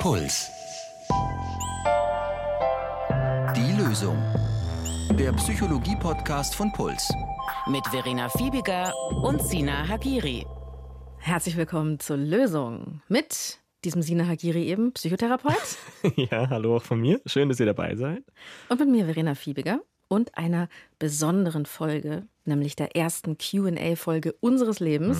Puls. Die Lösung. Der Psychologie-Podcast von Puls. Mit Verena Fiebiger und Sina Hagiri. Herzlich willkommen zur Lösung mit diesem Sina Hagiri eben, Psychotherapeut. Ja, hallo auch von mir. Schön, dass ihr dabei seid. Und mit mir Verena Fiebiger und einer besonderen Folge, nämlich der ersten Q&A-Folge unseres Lebens.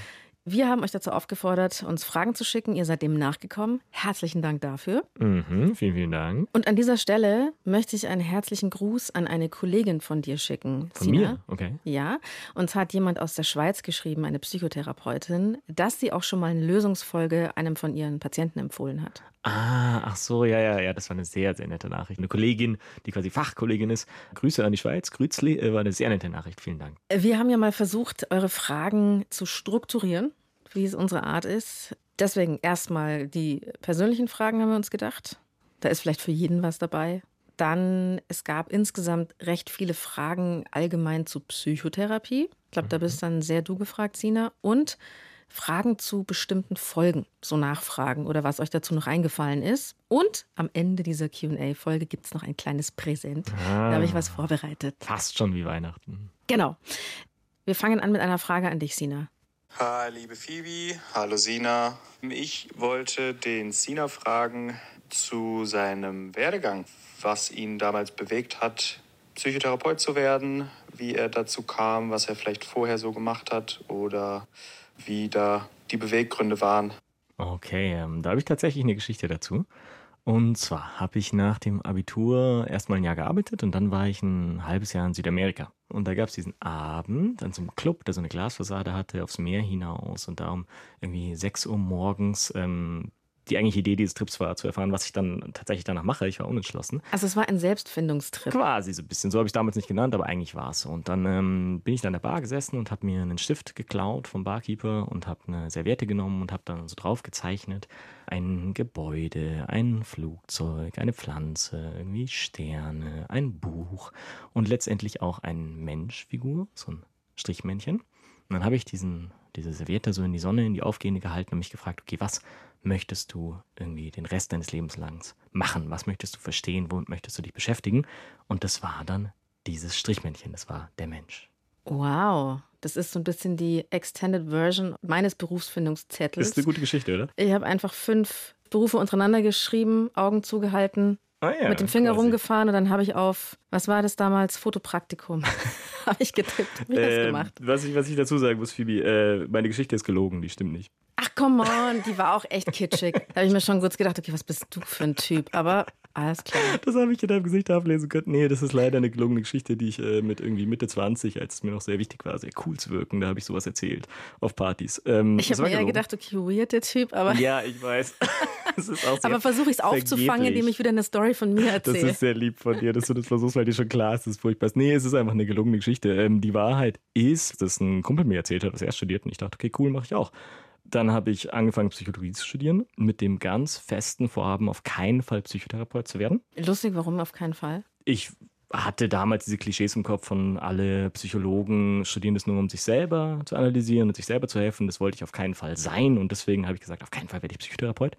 Wir haben euch dazu aufgefordert, uns Fragen zu schicken. Ihr seid dem nachgekommen. Herzlichen Dank dafür. Vielen, vielen Dank. Und an dieser Stelle möchte ich einen herzlichen Gruß an eine Kollegin von dir schicken. Von Sina. mir? Okay. Ja, uns hat jemand aus der Schweiz geschrieben, eine Psychotherapeutin, dass sie auch schon mal eine Lösungsfolge einem von ihren Patienten empfohlen hat. Ach so, ja, das war eine sehr, sehr nette Nachricht. Eine Kollegin, die quasi Fachkollegin ist. Grüße an die Schweiz, Grüßli, war eine sehr nette Nachricht. Vielen Dank. Wir haben ja mal versucht, eure Fragen zu strukturieren, wie es unsere Art ist. Deswegen erstmal die persönlichen Fragen haben wir uns gedacht. Da ist vielleicht für jeden was dabei. Dann, es gab insgesamt recht viele Fragen allgemein zu Psychotherapie. Ich glaube, da bist dann sehr du gefragt, Sina. Und Fragen zu bestimmten Folgen, so Nachfragen oder was euch dazu noch eingefallen ist. Und am Ende dieser Q&A-Folge gibt es noch ein kleines Präsent. Da habe ich was vorbereitet. Fast schon wie Weihnachten. Genau. Wir fangen an mit einer Frage an dich, Sina. Hi, liebe Phoebe. Hallo, Sina. Ich wollte den Sina fragen zu seinem Werdegang, was ihn damals bewegt hat, Psychotherapeut zu werden, wie er dazu kam, was er vielleicht vorher so gemacht hat oder wie da die Beweggründe waren. Okay, da habe ich tatsächlich eine Geschichte dazu. Und zwar habe ich nach dem Abitur erstmal ein Jahr gearbeitet und dann war ich ein halbes Jahr in Südamerika. Und da gab es diesen Abend an so einem Club, der so eine Glasfassade hatte, aufs Meer hinaus. Und da um irgendwie 6 Uhr morgens die eigentliche Idee dieses Trips war, zu erfahren, was ich dann tatsächlich danach mache. Ich war unentschlossen. Also es war ein Selbstfindungstrip. Quasi so ein bisschen. So habe ich es damals nicht genannt, aber eigentlich war es so. Und dann bin ich da in der Bar gesessen und habe mir einen Stift geklaut vom Barkeeper und habe eine Serviette genommen und habe dann so drauf gezeichnet. Ein Gebäude, ein Flugzeug, eine Pflanze, irgendwie Sterne, ein Buch und letztendlich auch eine Menschfigur, so ein Strichmännchen. Und dann habe ich diese Serviette so in die Sonne, in die aufgehende gehalten und mich gefragt, okay, was möchtest du irgendwie den Rest deines Lebens lang machen? Was möchtest du verstehen? Womit möchtest du dich beschäftigen? Und das war dann dieses Strichmännchen, das war der Mensch. Wow, das ist so ein bisschen die Extended Version meines Berufsfindungszettels. Ist eine gute Geschichte, oder? Ich habe einfach 5 Berufe untereinander geschrieben, Augen zugehalten, mit dem Finger rumgefahren und dann habe ich auf, was war das damals, Fotopraktikum, habe ich getippt, habe ich das gemacht. Was ich dazu sagen muss, Phoebe, meine Geschichte ist gelogen, die stimmt nicht. Ach, come on, die war auch echt kitschig. Da habe ich mir schon kurz gedacht, okay, was bist du für ein Typ? Aber alles klar. Das habe ich in deinem Gesicht ablesen können. Nee, das ist leider eine gelungene Geschichte, die ich mit irgendwie Mitte 20, als es mir noch sehr wichtig war, sehr cool zu wirken, da habe ich sowas erzählt auf Partys. Ich habe mir eher gedacht, okay, weird der Typ, aber... Ja, ich weiß. Das ist auch sehr aber versuche ich es aufzufangen, indem ich wieder eine Story von mir erzähle. Das ist sehr lieb von dir, dass du das versuchst, weil dir schon klar ist, dass es furchtbar ist. Nee, es ist einfach eine gelungene Geschichte. Die Wahrheit ist, dass ein Kumpel mir erzählt hat, was er studiert und ich dachte, okay, cool, mache ich auch. Dann habe ich angefangen, Psychologie zu studieren, mit dem ganz festen Vorhaben, auf keinen Fall Psychotherapeut zu werden. Lustig, warum auf keinen Fall? Ich hatte damals diese Klischees im Kopf von alle Psychologen studieren das nur, um sich selber zu analysieren und sich selber zu helfen. Das wollte ich auf keinen Fall sein und deswegen habe ich gesagt, auf keinen Fall werde ich Psychotherapeut.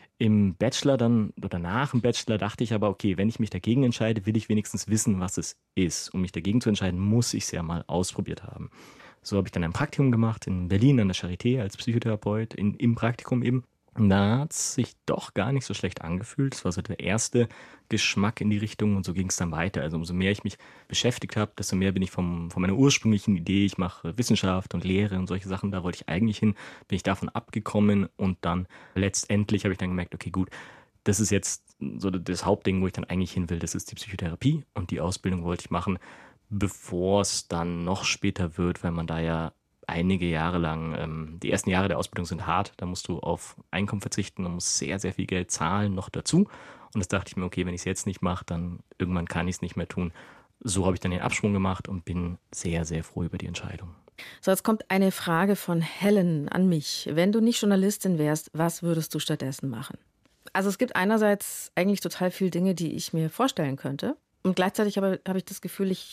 Im Bachelor dann oder nach dem Bachelor dachte ich aber, okay, wenn ich mich dagegen entscheide, will ich wenigstens wissen, was es ist. Um mich dagegen zu entscheiden, muss ich es ja mal ausprobiert haben. So habe ich dann ein Praktikum gemacht in Berlin an der Charité als Psychotherapeut, im Praktikum eben. Und da hat es sich doch gar nicht so schlecht angefühlt. Das war so der erste Geschmack in die Richtung und so ging es dann weiter. Also umso mehr ich mich beschäftigt habe, desto mehr bin ich von meiner ursprünglichen Idee, ich mache Wissenschaft und Lehre und solche Sachen, da wollte ich eigentlich hin, bin ich davon abgekommen und dann letztendlich habe ich dann gemerkt, okay gut, das ist jetzt so das Hauptding, wo ich dann eigentlich hin will, das ist die Psychotherapie und die Ausbildung wollte ich machen, bevor es dann noch später wird, weil man da ja einige Jahre lang, die ersten Jahre der Ausbildung sind hart, da musst du auf Einkommen verzichten und musst sehr, sehr viel Geld zahlen noch dazu. Und das dachte ich mir, okay, wenn ich es jetzt nicht mache, dann irgendwann kann ich es nicht mehr tun. So habe ich dann den Absprung gemacht und bin sehr, sehr froh über die Entscheidung. So, jetzt kommt eine Frage von Helen an mich. Wenn du nicht Journalistin wärst, was würdest du stattdessen machen? Also es gibt einerseits eigentlich total viele Dinge, die ich mir vorstellen könnte. Und gleichzeitig habe ich das Gefühl, ich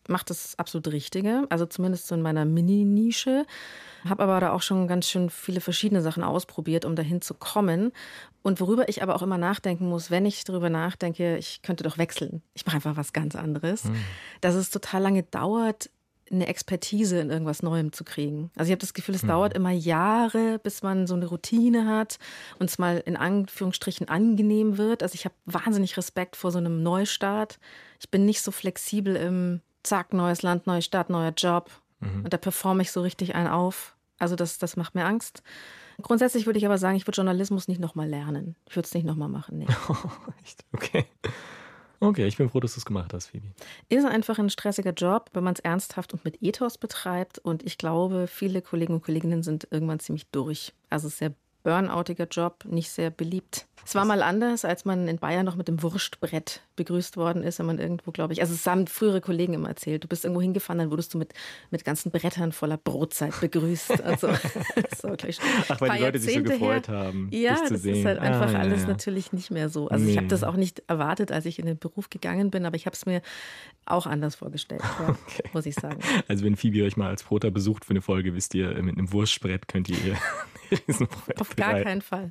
mache das absolut Richtige, also zumindest so in meiner Mini-Nische. Habe aber da auch schon ganz schön viele verschiedene Sachen ausprobiert, um dahin zu kommen. Und worüber ich aber auch immer nachdenken muss, wenn ich darüber nachdenke, ich könnte doch wechseln. Ich mache einfach was ganz anderes. Dass es total lange dauert, eine Expertise in irgendwas Neuem zu kriegen. Also ich habe das Gefühl, es dauert immer Jahre, bis man so eine Routine hat und es mal in Anführungsstrichen angenehm wird. Also ich habe wahnsinnig Respekt vor so einem Neustart. Ich bin nicht so flexibel im Zack, neues Land, neue Stadt, neuer Job. Und da performe ich so richtig einen auf. Also das macht mir Angst. Grundsätzlich würde ich aber sagen, ich würde Journalismus nicht nochmal lernen. Ich würde es nicht nochmal machen. Nee. Echt? Okay. Okay, ich bin froh, dass du es gemacht hast, Phoebe. Ist einfach ein stressiger Job, wenn man es ernsthaft und mit Ethos betreibt. Und ich glaube, viele Kollegen und Kolleginnen sind irgendwann ziemlich durch. Also es ist ein sehr burnoutiger Job, nicht sehr beliebt. Es war mal anders, als man in Bayern noch mit dem Wurstbrett begrüßt worden ist, wenn man irgendwo, glaube ich, also es haben frühere Kollegen immer erzählt, du bist irgendwo hingefahren, dann wurdest du mit ganzen Brettern voller Brotzeit begrüßt. Also, so, ach, weil die Leute sich so gefreut haben, ja, dich zu sehen. Ja, das ist halt einfach alles ja. natürlich nicht mehr so. Also ich habe das auch nicht erwartet, als ich in den Beruf gegangen bin, aber ich habe es mir auch anders vorgestellt, Okay. muss ich sagen. Also wenn Phoebe euch mal als Prota besucht für eine Folge, wisst ihr, mit einem Wurstbrett könnt ihr ihr Riesenbrett Auf gar keinen Fall.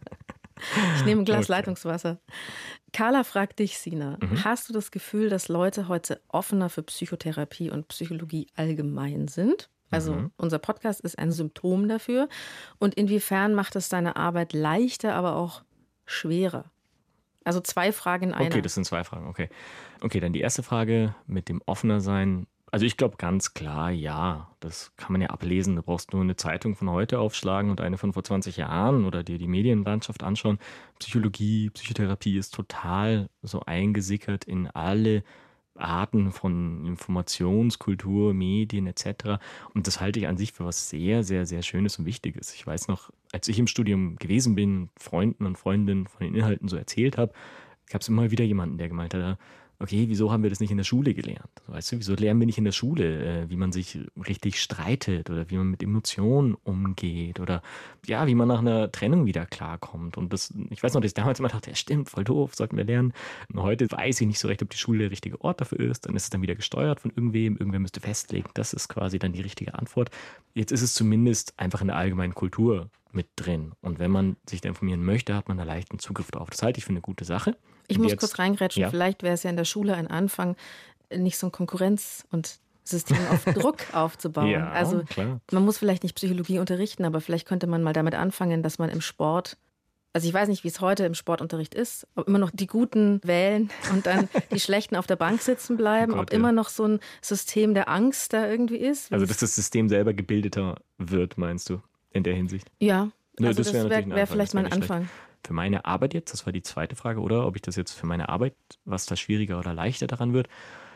Ich nehme ein Glas Leitungswasser. Carla fragt dich, Sina, hast du das Gefühl, dass Leute heute offener für Psychotherapie und Psychologie allgemein sind? Also unser Podcast ist ein Symptom dafür. Und inwiefern macht es deine Arbeit leichter, aber auch schwerer? Also 2 Fragen in einer. Okay, das sind 2 Fragen, okay. Okay, dann die erste Frage mit dem offener sein. Also ich glaube ganz klar, ja, das kann man ja ablesen. Du brauchst nur eine Zeitung von heute aufschlagen und eine von vor 20 Jahren oder dir die Medienlandschaft anschauen. Psychologie, Psychotherapie ist total so eingesickert in alle Arten von Informationskultur, Medien etc. Und das halte ich an sich für was sehr, sehr, sehr Schönes und Wichtiges. Ich weiß noch, als ich im Studium gewesen bin, Freunden und Freundinnen von den Inhalten so erzählt habe, gab es immer wieder jemanden, der gemeint hat, okay, wieso haben wir das nicht in der Schule gelernt? Weißt du, wieso lernen wir nicht in der Schule, wie man sich richtig streitet oder wie man mit Emotionen umgeht oder ja, wie man nach einer Trennung wieder klarkommt. Und das, ich weiß noch, dass ich damals immer dachte, ja stimmt, voll doof, sollten wir lernen. Und heute weiß ich nicht so recht, ob die Schule der richtige Ort dafür ist. Dann ist es dann wieder gesteuert von irgendwem. Irgendwer müsste festlegen, das ist quasi dann die richtige Antwort. Jetzt ist es zumindest einfach in der allgemeinen Kultur mit drin. Und wenn man sich da informieren möchte, hat man da leichten Zugriff drauf. Das halte ich für eine gute Sache. Ich muss kurz reingrätschen. Ja. Vielleicht wäre es ja in der Schule ein Anfang, nicht so ein Konkurrenz- und System auf Druck aufzubauen. Ja, also klar. Man muss vielleicht nicht Psychologie unterrichten, aber vielleicht könnte man mal damit anfangen, dass man im Sport, also ich weiß nicht, wie es heute im Sportunterricht ist, ob immer noch die Guten wählen und dann die Schlechten auf der Bank sitzen bleiben, ob immer noch so ein System der Angst da irgendwie ist. Also dass das System selber gebildeter wird, meinst du, in der Hinsicht? Ja, also das wäre vielleicht mal ein Anfang. Für meine Arbeit jetzt, das war die zweite Frage, oder? Ob ich das jetzt für meine Arbeit, was da schwieriger oder leichter daran wird.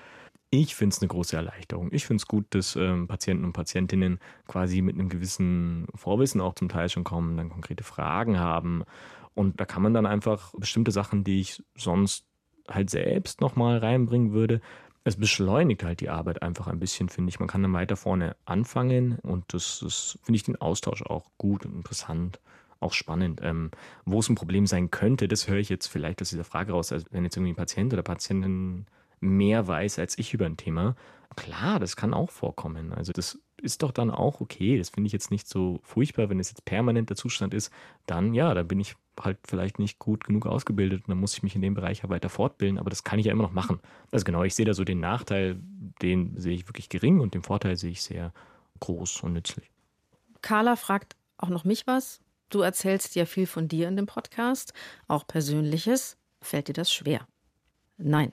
Ich finde es eine große Erleichterung. Ich finde es gut, dass Patienten und Patientinnen quasi mit einem gewissen Vorwissen auch zum Teil schon kommen, dann konkrete Fragen haben. Und da kann man dann einfach bestimmte Sachen, die ich sonst halt selbst nochmal reinbringen würde, es beschleunigt halt die Arbeit einfach ein bisschen, finde ich. Man kann dann weiter vorne anfangen und das finde ich den Austausch auch gut und interessant. Auch spannend. Wo es ein Problem sein könnte, das höre ich jetzt vielleicht aus dieser Frage raus. Also wenn jetzt irgendwie ein Patient oder Patientin mehr weiß als ich über ein Thema, klar, das kann auch vorkommen. Also das ist doch dann auch okay. Das finde ich jetzt nicht so furchtbar, wenn es jetzt permanent der Zustand ist. Dann, ja, da bin ich halt vielleicht nicht gut genug ausgebildet und dann muss ich mich in dem Bereich ja weiter fortbilden. Aber das kann ich ja immer noch machen. Also genau, ich sehe da so den Nachteil, den sehe ich wirklich gering und den Vorteil sehe ich sehr groß und nützlich. Carla fragt auch noch mich was. Du erzählst ja viel von dir in dem Podcast, auch Persönliches. Fällt dir das schwer? Nein.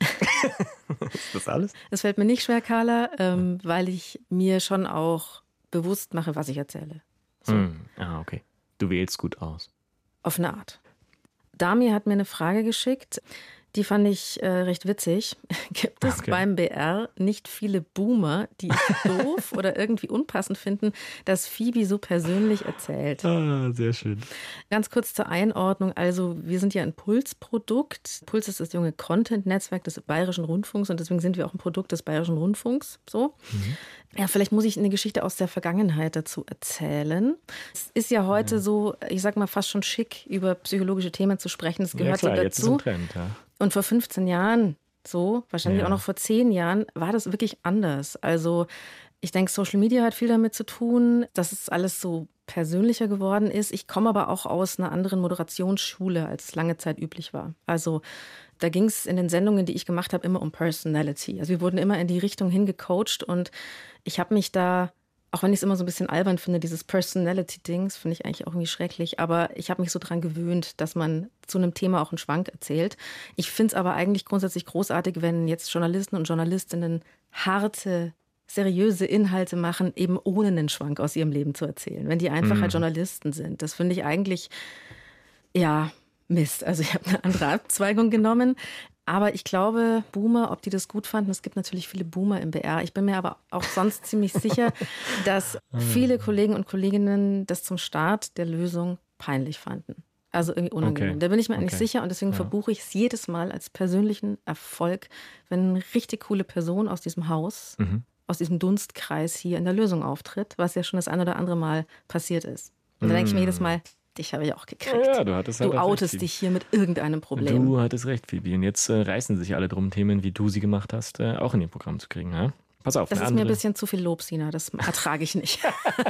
Ist das alles? Es fällt mir nicht schwer, Carla, weil ich mir schon auch bewusst mache, was ich erzähle. So. Okay. Du wählst gut aus. Auf eine Art. Dami hat mir eine Frage geschickt, die fand ich recht witzig. Gibt es beim BR nicht viele Boomer, die es doof oder irgendwie unpassend finden, dass Phoebe so persönlich erzählt? Sehr schön. Ganz kurz zur Einordnung. Also wir sind ja ein Puls-Produkt. Puls ist das junge Content-Netzwerk des Bayerischen Rundfunks und deswegen sind wir auch ein Produkt des Bayerischen Rundfunks. So. Ja, vielleicht muss ich eine Geschichte aus der Vergangenheit dazu erzählen. Es ist ja heute so, ich sag mal fast schon schick, über psychologische Themen zu sprechen. Das gehört so dazu. Jetzt ist ein Trend, ja. Und vor 15 Jahren so, wahrscheinlich auch noch vor 10 Jahren, war das wirklich anders. Also ich denke, Social Media hat viel damit zu tun, dass es alles so persönlicher geworden ist. Ich komme aber auch aus einer anderen Moderationsschule, als es lange Zeit üblich war. Also da ging es in den Sendungen, die ich gemacht habe, immer um Personality. Also wir wurden immer in die Richtung hingecoacht und ich habe mich da, auch wenn ich es immer so ein bisschen albern finde, dieses Personality-Dings, finde ich eigentlich auch irgendwie schrecklich, aber ich habe mich so dran gewöhnt, dass man zu einem Thema auch einen Schwank erzählt. Ich finde es aber eigentlich grundsätzlich großartig, wenn jetzt Journalisten und Journalistinnen harte, seriöse Inhalte machen, eben ohne einen Schwank aus ihrem Leben zu erzählen. Wenn die einfach halt Journalisten sind. Das finde ich eigentlich, ja, Mist. Also ich habe eine andere Abzweigung genommen. Aber ich glaube, Boomer, ob die das gut fanden, es gibt natürlich viele Boomer im BR. Ich bin mir aber auch sonst ziemlich sicher, dass viele Kollegen und Kolleginnen das zum Start der Lösung peinlich fanden. Also irgendwie unangenehm. Da bin ich mir eigentlich sicher und deswegen verbuche ich es jedes Mal als persönlichen Erfolg, wenn eine richtig coole Person aus diesem Haus, aus diesem Dunstkreis hier in der Lösung auftritt, was ja schon das ein oder andere Mal passiert ist. Und da denke ich mir jedes Mal, dich habe ich auch gekriegt. Ja, du hattest halt du outest dich hier mit irgendeinem Problem. Du hattest recht, Phoebe. Und jetzt reißen sich alle drum, Themen, wie du sie gemacht hast, auch in ihr Programm zu kriegen. Ja? Pass auf. Das ist mir ein bisschen zu viel Lob, Sina. Das ertrage ich nicht.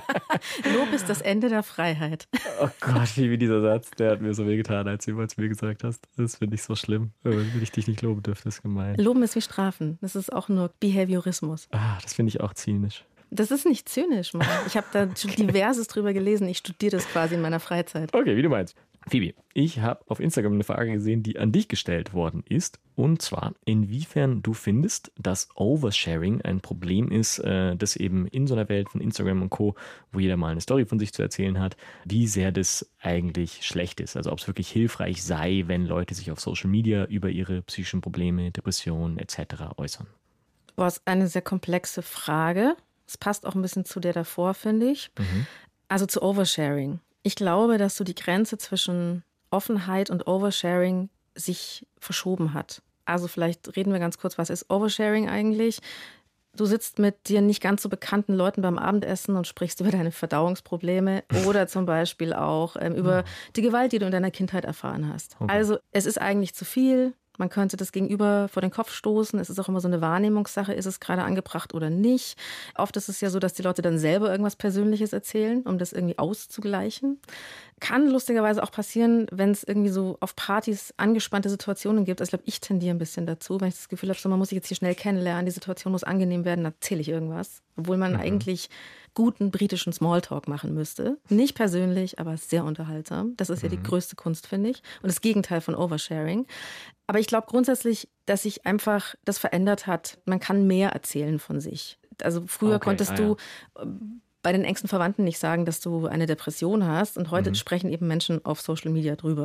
Lob ist das Ende der Freiheit. Oh Gott, Phoebe, dieser Satz, der hat mir so wehgetan, als du es mir gesagt hast. Das finde ich so schlimm. Wenn ich dich nicht loben dürfte, ist gemein. Loben ist wie Strafen. Das ist auch nur Behaviorismus. Das finde ich auch zynisch. Das ist nicht zynisch, Mann. Ich habe da diverses drüber gelesen. Ich studiere das quasi in meiner Freizeit. Okay, wie du meinst. Phoebe, ich habe auf Instagram eine Frage gesehen, die an dich gestellt worden ist. Und zwar, inwiefern du findest, dass Oversharing ein Problem ist, das eben in so einer Welt von Instagram und Co., wo jeder mal eine Story von sich zu erzählen hat, wie sehr das eigentlich schlecht ist. Also ob es wirklich hilfreich sei, wenn Leute sich auf Social Media über ihre psychischen Probleme, Depressionen etc. äußern. Boah, ist eine sehr komplexe Frage. Es passt auch ein bisschen zu der davor, finde ich. Also zu Oversharing. Ich glaube, dass so die Grenze zwischen Offenheit und Oversharing sich verschoben hat. Also vielleicht reden wir ganz kurz, was ist Oversharing eigentlich? Du sitzt mit dir nicht ganz so bekannten Leuten beim Abendessen und sprichst über deine Verdauungsprobleme oder zum Beispiel auch über die Gewalt, die du in deiner Kindheit erfahren hast. Okay. Also es ist eigentlich zu viel. Man könnte das Gegenüber vor den Kopf stoßen. Es ist auch immer so eine Wahrnehmungssache, ist es gerade angebracht oder nicht. Oft ist es ja so, dass die Leute dann selber irgendwas Persönliches erzählen, um das irgendwie auszugleichen. Kann lustigerweise auch passieren, wenn es irgendwie so auf Partys angespannte Situationen gibt. Also ich glaube, ich tendiere ein bisschen dazu, wenn ich das Gefühl habe, so, man muss sich jetzt hier schnell kennenlernen, die Situation muss angenehm werden, dann erzähle ich irgendwas. Obwohl man eigentlich guten britischen Smalltalk machen müsste. Nicht persönlich, aber sehr unterhaltsam. Das ist ja die größte Kunst, finde ich. Und das Gegenteil von Oversharing. Aber ich glaube grundsätzlich, dass sich einfach das verändert hat. Man kann mehr erzählen von sich. Also früher konntest du bei den engsten Verwandten nicht sagen, dass du eine Depression hast. Und heute sprechen eben Menschen auf Social Media drüber.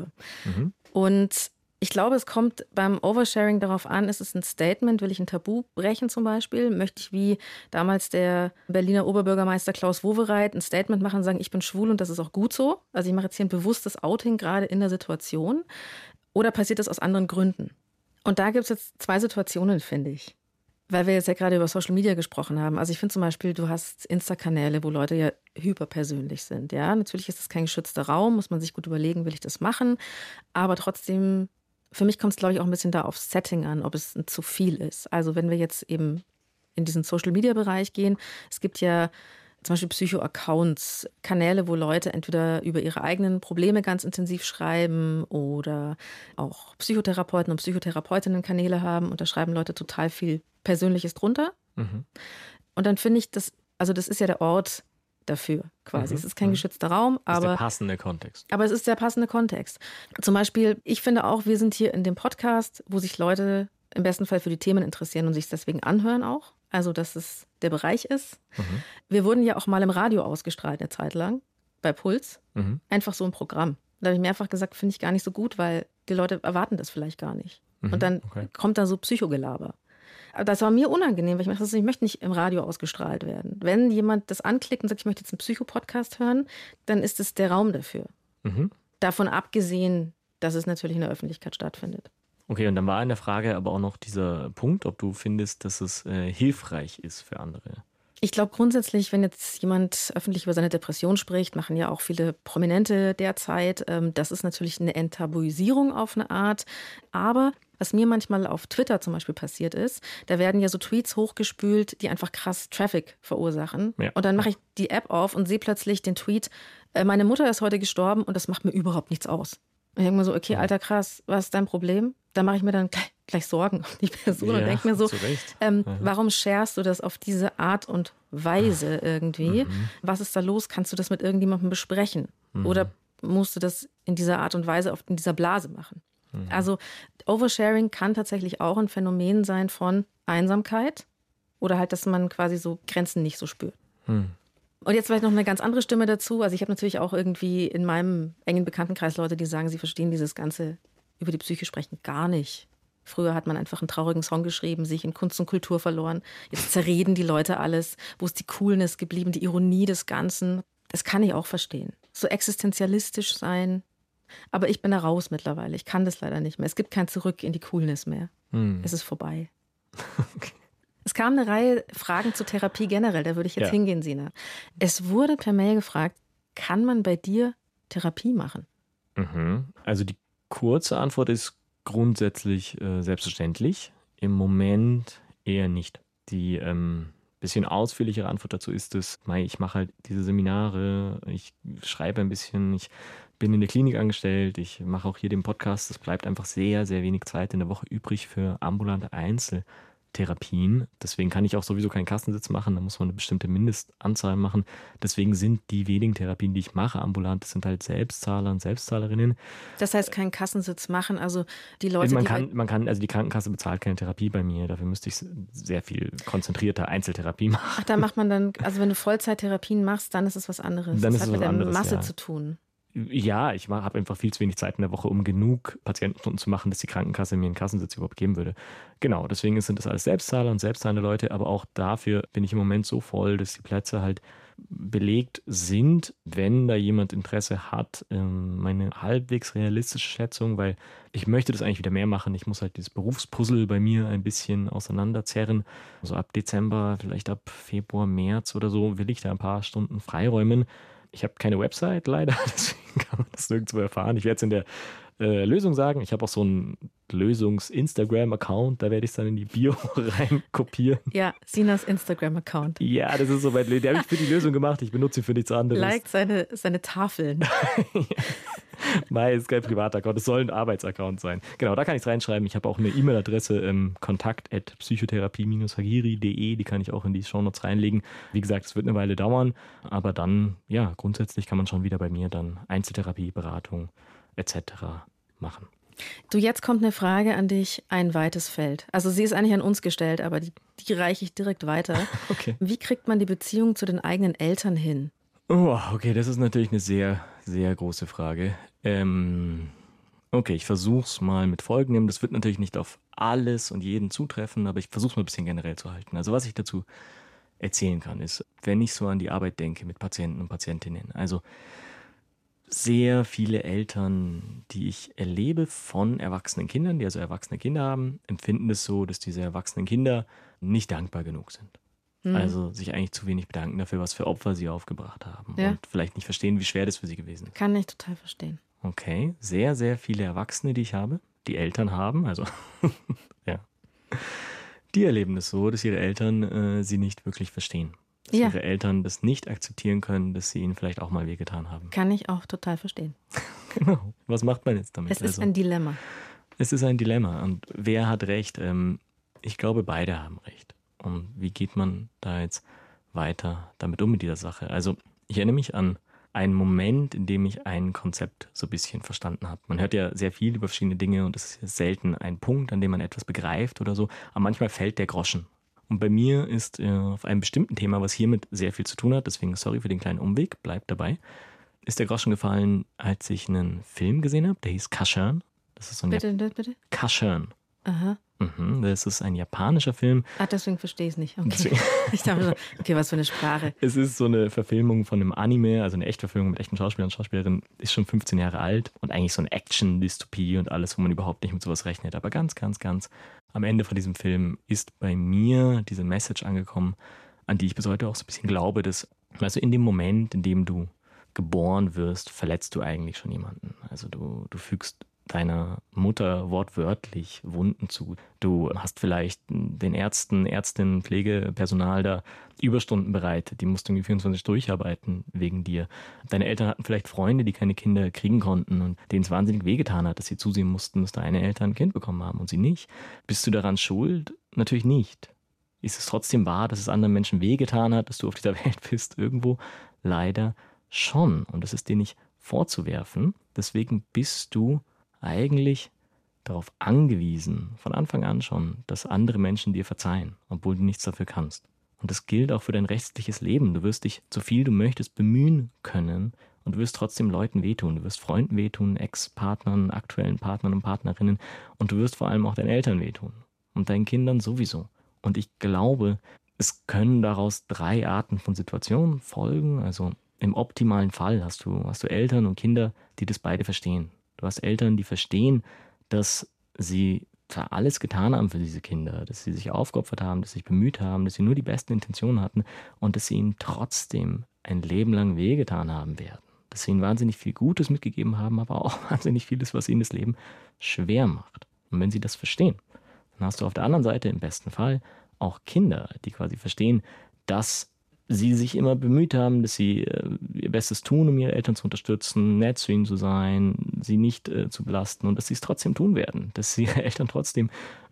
Und ich glaube, es kommt beim Oversharing darauf an, ist es ein Statement, will ich ein Tabu brechen zum Beispiel? Möchte ich wie damals der Berliner Oberbürgermeister Klaus Wowereit ein Statement machen und sagen, ich bin schwul und das ist auch gut so? Also ich mache jetzt hier ein bewusstes Outing gerade in der Situation. Oder passiert das aus anderen Gründen? Und da gibt es jetzt 2 Situationen, finde ich. Weil wir jetzt ja gerade über Social Media gesprochen haben. Also ich finde zum Beispiel, du hast Insta-Kanäle, wo Leute ja hyperpersönlich sind. Ja, natürlich ist das kein geschützter Raum, muss man sich gut überlegen, will ich das machen? Aber trotzdem, für mich kommt es, glaube ich, auch ein bisschen da aufs Setting an, ob es zu viel ist. Also wenn wir jetzt eben in diesen Social-Media-Bereich gehen, es gibt ja zum Beispiel Psycho-Accounts, Kanäle, wo Leute entweder über ihre eigenen Probleme ganz intensiv schreiben oder auch Psychotherapeuten und Psychotherapeutinnen Kanäle haben und da schreiben Leute total viel Persönliches drunter. Und dann finde ich, das ist ja der Ort dafür quasi. Es ist kein geschützter Raum, aber... Das ist der passende Kontext. Aber es ist der passende Kontext. Zum Beispiel, ich finde auch, wir sind hier in dem Podcast, wo sich Leute im besten Fall für die Themen interessieren und sich deswegen anhören auch. Also, dass es der Bereich ist. Wir wurden ja auch mal im Radio ausgestrahlt eine Zeit lang, bei Puls. Einfach so ein Programm. Da habe ich mehrfach gesagt, finde ich gar nicht so gut, weil die Leute erwarten das vielleicht gar nicht. Und dann kommt da so Psychogelaber. Aber das war mir unangenehm, weil ich dachte, ich möchte nicht im Radio ausgestrahlt werden. Wenn jemand das anklickt und sagt, ich möchte jetzt einen Psycho-Podcast hören, dann ist es der Raum dafür. Davon abgesehen, dass es natürlich in der Öffentlichkeit stattfindet. Okay, und dann war in der Frage aber auch noch dieser Punkt, ob du findest, dass es hilfreich ist für andere. Ich glaube grundsätzlich, wenn jetzt jemand öffentlich über seine Depression spricht, machen ja auch viele Prominente derzeit, das ist natürlich eine Enttabuisierung auf eine Art. Aber was mir manchmal auf Twitter zum Beispiel passiert ist, da werden ja so Tweets hochgespült, die einfach krass Traffic verursachen. Ja. Und dann mache ich die App auf und sehe plötzlich den Tweet, meine Mutter ist heute gestorben und das macht mir überhaupt nichts aus. Und ich denke mir so, okay, Alter, krass, was ist dein Problem? Da mache ich mir dann gleich Sorgen um die Person und denke mir so, warum sharest du das auf diese Art und Weise irgendwie? Was ist da los? Kannst du das mit irgendjemandem besprechen? Oder musst du das in dieser Art und Weise in dieser Blase machen? Also Oversharing kann tatsächlich auch ein Phänomen sein von Einsamkeit oder halt, dass man quasi so Grenzen nicht so spürt. Und jetzt vielleicht noch eine ganz andere Stimme dazu. Also ich habe natürlich auch irgendwie in meinem engen Bekanntenkreis Leute, die sagen, sie verstehen dieses ganze über die Psyche sprechen gar nicht. Früher hat man einfach einen traurigen Song geschrieben, sich in Kunst und Kultur verloren. Jetzt zerreden die Leute alles. Wo ist die Coolness geblieben, die Ironie des Ganzen? Das kann ich auch verstehen. So existenzialistisch sein. Aber ich bin da raus mittlerweile. Ich kann das leider nicht mehr. Es gibt kein Zurück in die Coolness mehr. Es ist vorbei. Okay. Es kam eine Reihe Fragen zur Therapie generell. Da würde ich jetzt hingehen, Sina. Es wurde per Mail gefragt, kann man bei dir Therapie machen? Also die kurze Antwort ist grundsätzlich selbstverständlich. Im Moment eher nicht. Die bisschen ausführlichere Antwort dazu ist es, ich mache halt diese Seminare, ich schreibe ein bisschen, ich bin in der Klinik angestellt, ich mache auch hier den Podcast. Es bleibt einfach sehr, sehr wenig Zeit in der Woche übrig für ambulante Einzeltherapien. Deswegen kann ich auch sowieso keinen Kassensitz machen, da muss man eine bestimmte Mindestanzahl machen. Deswegen sind die wenigen Therapien, die ich mache, ambulant, das sind halt Selbstzahler und Selbstzahlerinnen. Das heißt, keinen Kassensitz machen, also die Leute, also die Krankenkasse bezahlt keine Therapie bei mir, dafür müsste ich sehr viel konzentrierter Einzeltherapie machen. Ach, da macht man dann, also wenn du Vollzeittherapien machst, dann ist es was anderes. Dann das ist hat es mit was der anderes, Masse zu tun. Ja, ich habe einfach viel zu wenig Zeit in der Woche, um genug Patientenstunden zu machen, dass die Krankenkasse mir einen Kassensitz überhaupt geben würde. Genau, deswegen sind das alles Selbstzahler und selbstzahlende Leute, aber auch dafür bin ich im Moment so voll, dass die Plätze halt belegt sind, wenn da jemand Interesse hat. Meine halbwegs realistische Schätzung, weil ich möchte das eigentlich wieder mehr machen. Ich muss halt dieses Berufspuzzle bei mir ein bisschen auseinanderzerren. Also ab Dezember, vielleicht ab Februar, März oder so will ich da ein paar Stunden freiräumen. Ich habe keine Website leider, deswegen kann man das nirgendwo erfahren. Ich werde es in der Lösung sagen. Ich habe auch so einen Lösungs-Instagram-Account, da werde ich es dann in die Bio rein kopieren. Ja, Sinas Instagram-Account. Ja, das ist so weit. Der habe ich für die Lösung gemacht. Ich benutze ihn für nichts anderes. Liked seine Tafeln. Nein, ist kein Privataccount. Es soll ein Arbeitsaccount sein. Genau, da kann ich es reinschreiben. Ich habe auch eine E-Mail-Adresse, kontakt@psychotherapie-hagiri.de. Die kann ich auch in die Shownotes reinlegen. Wie gesagt, es wird eine Weile dauern. Aber dann, ja, grundsätzlich kann man schon wieder bei mir dann Einzeltherapie, Beratung etc. machen. Du, jetzt kommt eine Frage an dich, ein weites Feld. Also sie ist eigentlich an uns gestellt, aber die reiche ich direkt weiter. Okay. Wie kriegt man die Beziehung zu den eigenen Eltern hin? Oh, okay, das ist natürlich eine sehr, sehr große Frage. Okay, ich versuche es mal mit Folgendem. Das wird natürlich nicht auf alles und jeden zutreffen, aber ich versuche es mal ein bisschen generell zu halten. Also was ich dazu erzählen kann, ist, wenn ich so an die Arbeit denke mit Patienten und Patientinnen, also sehr viele Eltern, die ich erlebe von erwachsenen Kindern, die also erwachsene Kinder haben, empfinden es so, dass diese erwachsenen Kinder nicht dankbar genug sind. Also sich eigentlich zu wenig bedanken dafür, was für Opfer sie aufgebracht haben. Ja. Und vielleicht nicht verstehen, wie schwer das für sie gewesen ist. Kann ich total verstehen. Okay, sehr, sehr viele Erwachsene, die ich habe, die Eltern haben, also ja, die erleben es so, dass ihre Eltern sie nicht wirklich verstehen. Dass ihre Eltern das nicht akzeptieren können, dass sie ihnen vielleicht auch mal wehgetan haben. Kann ich auch total verstehen. Genau. Was macht man jetzt damit? Es ist ein Dilemma. Es ist ein Dilemma. Und wer hat recht? Ich glaube, beide haben recht. Und wie geht man da jetzt weiter damit um mit dieser Sache? Also ich erinnere mich an einen Moment, in dem ich ein Konzept so ein bisschen verstanden habe. Man hört ja sehr viel über verschiedene Dinge und es ist selten ein Punkt, an dem man etwas begreift oder so. Aber manchmal fällt der Groschen. Und bei mir ist auf einem bestimmten Thema, was hiermit sehr viel zu tun hat, deswegen sorry für den kleinen Umweg, bleibt dabei, ist der Groschen gefallen, als ich einen Film gesehen habe, der hieß Kashan. Das ist so ein Bitte? Kashan. Aha. Das ist ein japanischer Film. Deswegen verstehe ich es nicht. Okay. Ich dachte so, okay, was für eine Sprache. Es ist so eine Verfilmung von einem Anime, also eine Echtverfilmung mit echten Schauspielern und Schauspielerinnen, ist schon 15 Jahre alt und eigentlich so eine Action-Dystopie und alles, wo man überhaupt nicht mit sowas rechnet. Aber ganz, ganz, ganz am Ende von diesem Film ist bei mir diese Message angekommen, an die ich bis heute auch so ein bisschen glaube, dass, also in dem Moment, in dem du geboren wirst, verletzt du eigentlich schon jemanden. Also du fügst deiner Mutter wortwörtlich Wunden zu. Du hast vielleicht den Ärzten, Ärztinnen, Pflegepersonal da Überstunden bereitet. Die musst du irgendwie 24 durcharbeiten wegen dir. Deine Eltern hatten vielleicht Freunde, die keine Kinder kriegen konnten und denen es wahnsinnig wehgetan hat, dass sie zusehen mussten, dass deine Eltern ein Kind bekommen haben und sie nicht. Bist du daran schuld? Natürlich nicht. Ist es trotzdem wahr, dass es anderen Menschen wehgetan hat, dass du auf dieser Welt bist? Irgendwo leider schon. Und das ist dir nicht vorzuwerfen. Deswegen bist du eigentlich darauf angewiesen, von Anfang an schon, dass andere Menschen dir verzeihen, obwohl du nichts dafür kannst. Und das gilt auch für dein restliches Leben. Du wirst dich, so viel du möchtest, bemühen können und du wirst trotzdem Leuten wehtun. Du wirst Freunden wehtun, Ex-Partnern, aktuellen Partnern und Partnerinnen und du wirst vor allem auch deinen Eltern wehtun und deinen Kindern sowieso. Und ich glaube, es können daraus 3 Arten von Situationen folgen. Also im optimalen Fall hast du Eltern und Kinder, die das beide verstehen. Du hast Eltern, die verstehen, dass sie zwar alles getan haben für diese Kinder, dass sie sich aufgeopfert haben, dass sie sich bemüht haben, dass sie nur die besten Intentionen hatten und dass sie ihnen trotzdem ein Leben lang wehgetan haben werden. Dass sie ihnen wahnsinnig viel Gutes mitgegeben haben, aber auch wahnsinnig vieles, was ihnen das Leben schwer macht. Und wenn sie das verstehen, dann hast du auf der anderen Seite im besten Fall auch Kinder, die quasi verstehen, dass sie sich immer bemüht haben, dass sie ihr Bestes tun, um ihre Eltern zu unterstützen, nett zu ihnen zu sein, sie nicht zu belasten und dass sie es trotzdem tun werden, dass sie ihre Eltern trotzdem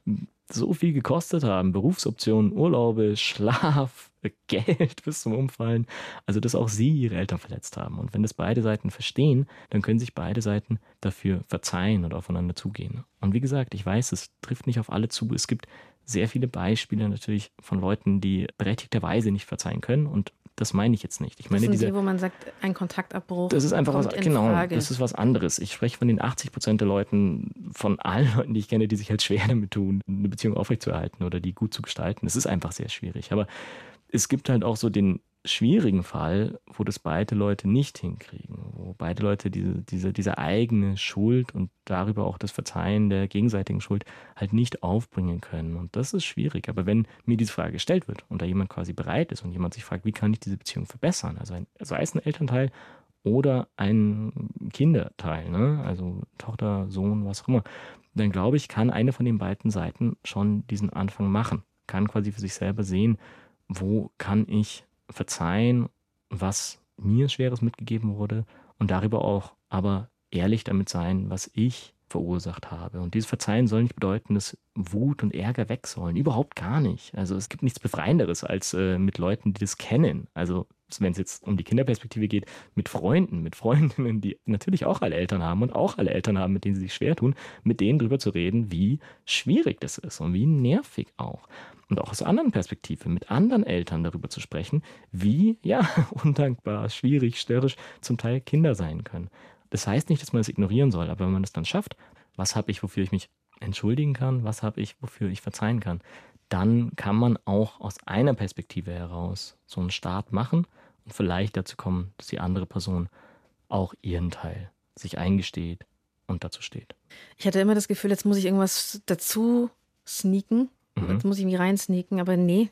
so viel gekostet haben, Berufsoptionen, Urlaube, Schlaf, Geld bis zum Umfallen, also dass auch sie ihre Eltern verletzt haben. Und wenn das beide Seiten verstehen, dann können sich beide Seiten dafür verzeihen und aufeinander zugehen. Und wie gesagt, ich weiß, es trifft nicht auf alle zu, es gibt sehr viele Beispiele natürlich von Leuten, die berechtigterweise nicht verzeihen können und das meine ich jetzt nicht. Ich meine, das sind die, wo man sagt, ein Kontaktabbruch. Das ist einfach was, genau, Frage. Das ist was anderes. Ich spreche von den 80% der Leuten, von allen Leuten, die ich kenne, die sich halt schwer damit tun, eine Beziehung aufrechtzuerhalten oder die gut zu gestalten. Das ist einfach sehr schwierig. Aber es gibt halt auch so den schwierigen Fall, wo das beide Leute nicht hinkriegen, wo beide Leute diese eigene Schuld und darüber auch das Verzeihen der gegenseitigen Schuld halt nicht aufbringen können. Und das ist schwierig. Aber wenn mir diese Frage gestellt wird und da jemand quasi bereit ist und jemand sich fragt, wie kann ich diese Beziehung verbessern, also sei es ein Elternteil oder ein Kinderteil, ne? Also Tochter, Sohn, was auch immer, dann glaube ich, kann eine von den beiden Seiten schon diesen Anfang machen, kann quasi für sich selber sehen, wo kann ich verzeihen, was mir Schweres mitgegeben wurde und darüber auch aber ehrlich damit sein, was ich verursacht habe. Und dieses Verzeihen soll nicht bedeuten, dass Wut und Ärger weg sollen. Überhaupt gar nicht. Also es gibt nichts Befreienderes als mit Leuten, die das kennen. Also wenn es jetzt um die Kinderperspektive geht, mit Freunden, mit Freundinnen, die natürlich auch alle Eltern haben und auch alle Eltern haben, mit denen sie sich schwer tun, mit denen drüber zu reden, wie schwierig das ist und wie nervig auch. Und auch aus einer anderen Perspektive, mit anderen Eltern darüber zu sprechen, wie, ja, undankbar, schwierig, störrisch zum Teil Kinder sein können. Das heißt nicht, dass man das ignorieren soll, aber wenn man das dann schafft, was habe ich, wofür ich mich entschuldigen kann, was habe ich, wofür ich verzeihen kann, dann kann man auch aus einer Perspektive heraus so einen Start machen und vielleicht dazu kommen, dass die andere Person auch ihren Teil sich eingesteht und dazu steht. Ich hatte immer das Gefühl, jetzt muss ich irgendwas dazu sneaken. Jetzt muss ich mich reinsneaken, aber nee.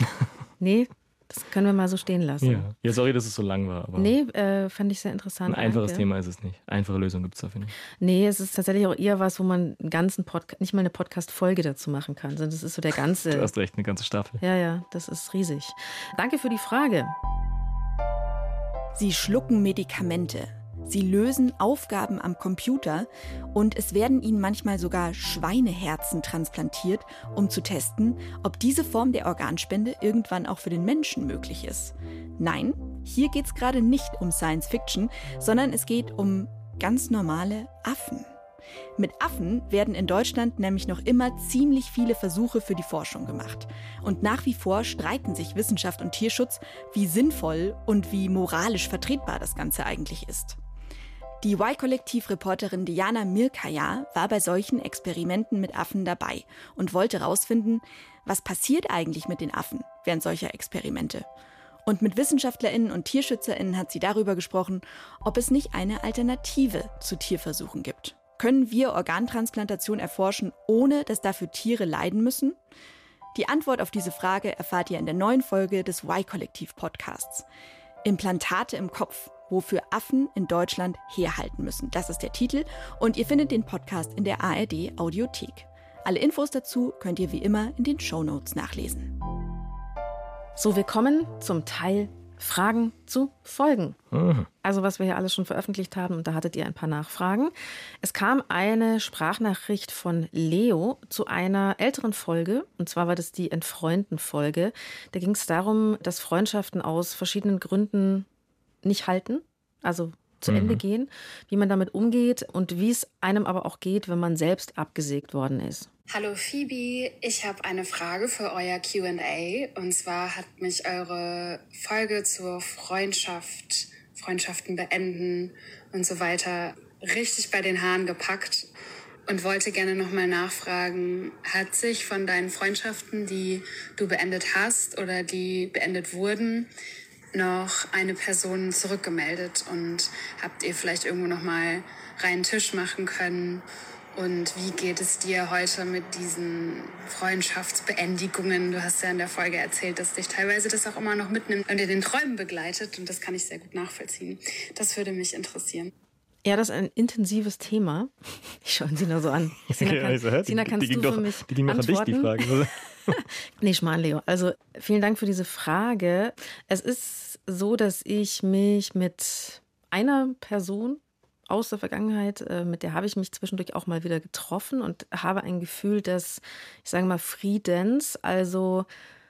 Nee, das können wir mal so stehen lassen. Ja, sorry, dass es so lang war. Aber nee, fand ich sehr interessant. Ein einfaches Thema ist es nicht. Einfache Lösung gibt es dafür nicht. Nee, es ist tatsächlich auch eher was, wo man einen ganzen Podcast, nicht mal eine Podcast-Folge dazu machen kann, sondern das ist so der ganze... Du hast recht, eine ganze Staffel. Ja, das ist riesig. Danke für die Frage. Sie schlucken Medikamente. Sie lösen Aufgaben am Computer und es werden ihnen manchmal sogar Schweineherzen transplantiert, um zu testen, ob diese Form der Organspende irgendwann auch für den Menschen möglich ist. Nein, hier geht es gerade nicht um Science Fiction, sondern es geht um ganz normale Affen. Mit Affen werden in Deutschland nämlich noch immer ziemlich viele Versuche für die Forschung gemacht. Und nach wie vor streiten sich Wissenschaft und Tierschutz, wie sinnvoll und wie moralisch vertretbar das Ganze eigentlich ist. Die Y-Kollektiv-Reporterin Diana Mirkaya war bei solchen Experimenten mit Affen dabei und wollte herausfinden, was passiert eigentlich mit den Affen während solcher Experimente. Und mit WissenschaftlerInnen und TierschützerInnen hat sie darüber gesprochen, ob es nicht eine Alternative zu Tierversuchen gibt. Können wir Organtransplantation erforschen, ohne dass dafür Tiere leiden müssen? Die Antwort auf diese Frage erfahrt ihr in der neuen Folge des Y-Kollektiv-Podcasts. Implantate im Kopf, wofür Affen in Deutschland herhalten müssen. Das ist der Titel und ihr findet den Podcast in der ARD-Audiothek. Alle Infos dazu könnt ihr wie immer in den Shownotes nachlesen. So, wir kommen zum Teil Fragen zu Folgen. Also was wir hier alles schon veröffentlicht haben, und da hattet ihr ein paar Nachfragen. Es kam eine Sprachnachricht von Leo zu einer älteren Folge, und zwar war das die Entfreunden-Folge. Da ging es darum, dass Freundschaften aus verschiedenen Gründen nicht halten, also zu Ende gehen, wie man damit umgeht und wie es einem aber auch geht, wenn man selbst abgesägt worden ist. Hallo Phoebe, ich habe eine Frage für euer Q&A. Und zwar hat mich eure Folge zur Freundschaften beenden und so weiter richtig bei den Haaren gepackt und wollte gerne nochmal nachfragen, hat sich von deinen Freundschaften, die du beendet hast oder die beendet wurden, noch eine Person zurückgemeldet und habt ihr vielleicht irgendwo nochmal reinen Tisch machen können? Und wie geht es dir heute mit diesen Freundschaftsbeendigungen? Du hast ja in der Folge erzählt, dass dich teilweise das auch immer noch mitnimmt und in den Träumen begleitet. Und das kann ich sehr gut nachvollziehen. Das würde mich interessieren. Ja, das ist ein intensives Thema. Ich schaue Sina so an. Sina, kannst du für mich die ging noch antworten? An dich, die Frage. Nee, Schmarrn, Leo. Also vielen Dank für diese Frage. Es ist so, dass ich mich mit einer Person aus der Vergangenheit, mit der habe ich mich zwischendurch auch mal wieder getroffen und habe ein Gefühl des, ich sage mal, Friedens, also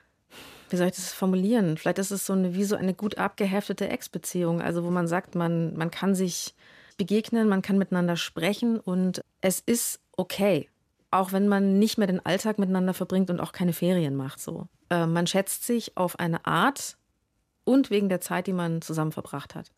wie soll ich das formulieren? Vielleicht ist es wie so eine gut abgeheftete Ex-Beziehung, also wo man sagt, man kann sich begegnen, man kann miteinander sprechen und es ist okay, auch wenn man nicht mehr den Alltag miteinander verbringt und auch keine Ferien macht. So. Man schätzt sich auf eine Art und wegen der Zeit, die man zusammen verbracht hat.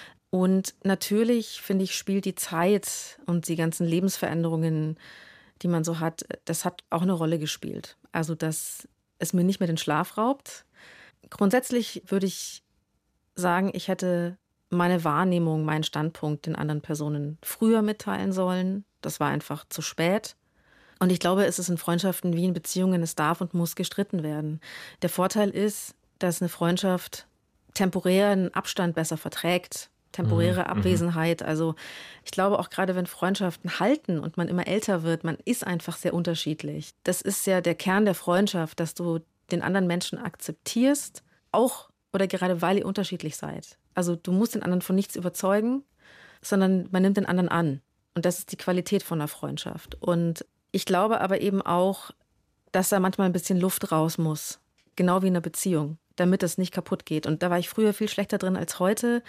Und natürlich, finde ich, spielt die Zeit und die ganzen Lebensveränderungen, die man so hat, das hat auch eine Rolle gespielt. Also, dass es mir nicht mehr den Schlaf raubt. Grundsätzlich würde ich sagen, ich hätte meine Wahrnehmung, meinen Standpunkt den anderen Personen früher mitteilen sollen. Das war einfach zu spät. Und ich glaube, es ist in Freundschaften wie in Beziehungen, es darf und muss gestritten werden. Der Vorteil ist, dass eine Freundschaft temporären Abstand besser verträgt. Temporäre Abwesenheit. Also ich glaube auch gerade, wenn Freundschaften halten und man immer älter wird, man ist einfach sehr unterschiedlich. Das ist ja der Kern der Freundschaft, dass du den anderen Menschen akzeptierst, auch oder gerade weil ihr unterschiedlich seid. Also du musst den anderen von nichts überzeugen, sondern man nimmt den anderen an. Und das ist die Qualität von einer Freundschaft. Und ich glaube aber eben auch, dass da manchmal ein bisschen Luft raus muss. Genau wie in einer Beziehung, damit es nicht kaputt geht. Und da war ich früher viel schlechter drin als heute.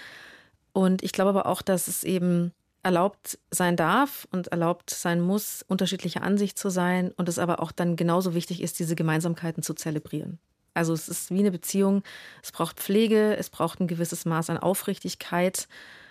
Und ich glaube aber auch, dass es eben erlaubt sein darf und erlaubt sein muss, unterschiedlicher Ansicht zu sein und es aber auch dann genauso wichtig ist, diese Gemeinsamkeiten zu zelebrieren. Also es ist wie eine Beziehung, es braucht Pflege, es braucht ein gewisses Maß an Aufrichtigkeit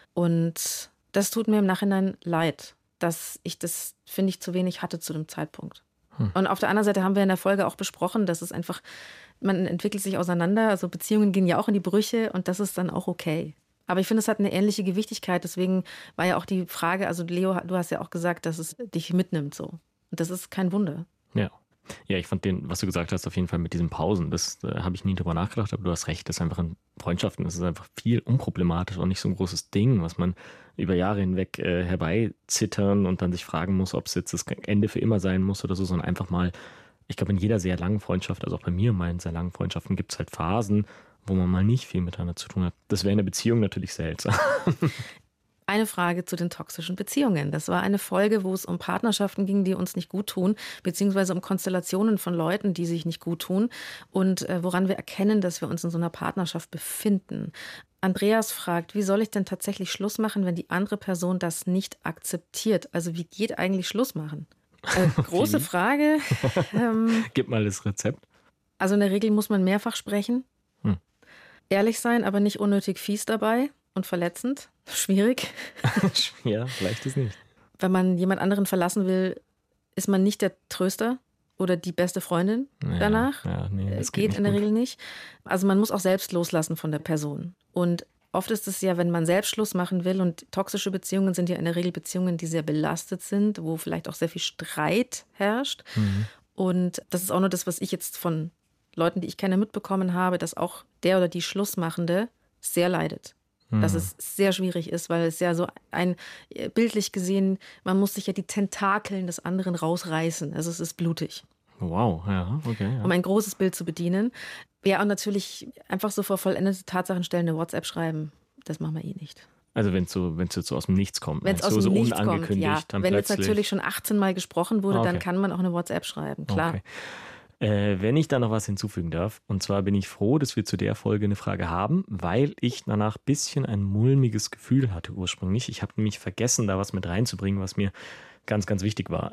und das tut mir im Nachhinein leid, dass ich das, finde ich, zu wenig hatte zu dem Zeitpunkt. Und auf der anderen Seite haben wir in der Folge auch besprochen, dass es einfach, man entwickelt sich auseinander, also Beziehungen gehen ja auch in die Brüche und das ist dann auch okay. Aber ich finde, es hat eine ähnliche Gewichtigkeit. Deswegen war ja auch die Frage, also Leo, du hast ja auch gesagt, dass es dich mitnimmt so. Und das ist kein Wunder. Ja. Ja, ich fand was du gesagt hast, auf jeden Fall mit diesen Pausen, das habe ich nie drüber nachgedacht, aber du hast recht, das ist einfach in Freundschaften, das ist einfach viel unproblematisch und nicht so ein großes Ding, was man über Jahre hinweg herbeizittern und dann sich fragen muss, ob es jetzt das Ende für immer sein muss oder so, sondern einfach mal, ich glaube, in jeder sehr langen Freundschaft, also auch bei mir in meinen sehr langen Freundschaften, gibt es halt Phasen, wo man mal nicht viel miteinander zu tun hat. Das wäre in einer Beziehung natürlich seltsam. Eine Frage zu den toxischen Beziehungen. Das war eine Folge, wo es um Partnerschaften ging, die uns nicht gut tun, beziehungsweise um Konstellationen von Leuten, die sich nicht gut tun und woran wir erkennen, dass wir uns in so einer Partnerschaft befinden. Andreas fragt, wie soll ich denn tatsächlich Schluss machen, wenn die andere Person das nicht akzeptiert? Also wie geht eigentlich Schluss machen? Große Frage. Gib mal das Rezept. Also in der Regel muss man mehrfach sprechen. Ehrlich sein, aber nicht unnötig fies dabei und verletzend. Schwierig. Ja, leicht ist nicht. Wenn man jemand anderen verlassen will, ist man nicht der Tröster oder die beste Freundin danach. Ja, nee, das geht in der Regel nicht. Also man muss auch selbst loslassen von der Person. Und oft ist es ja, wenn man selbst Schluss machen will, und toxische Beziehungen sind ja in der Regel Beziehungen, die sehr belastet sind, wo vielleicht auch sehr viel Streit herrscht. Und das ist auch nur das, was ich jetzt von Leuten, die ich kenne, mitbekommen habe, dass auch der oder die Schlussmachende sehr leidet. Dass es sehr schwierig ist, weil es ja so bildlich gesehen, man muss sich ja die Tentakeln des anderen rausreißen. Also es ist blutig. Wow, ja, okay. Ja. Um ein großes Bild zu bedienen. Ja, und natürlich einfach so vor vollendete Tatsachen stellen, eine WhatsApp schreiben. Das machen wir eh nicht. Also wenn es jetzt so aus dem Nichts kommt. Wenn es aus dem Nichts kommt, ja. Dann wenn plötzlich... jetzt natürlich schon 18 Mal gesprochen wurde, dann kann man auch eine WhatsApp schreiben, klar. Okay. Wenn ich da noch was hinzufügen darf, und zwar bin ich froh, dass wir zu der Folge eine Frage haben, weil ich danach ein bisschen ein mulmiges Gefühl hatte ursprünglich. Ich habe nämlich vergessen, da was mit reinzubringen, was mir ganz, ganz wichtig war.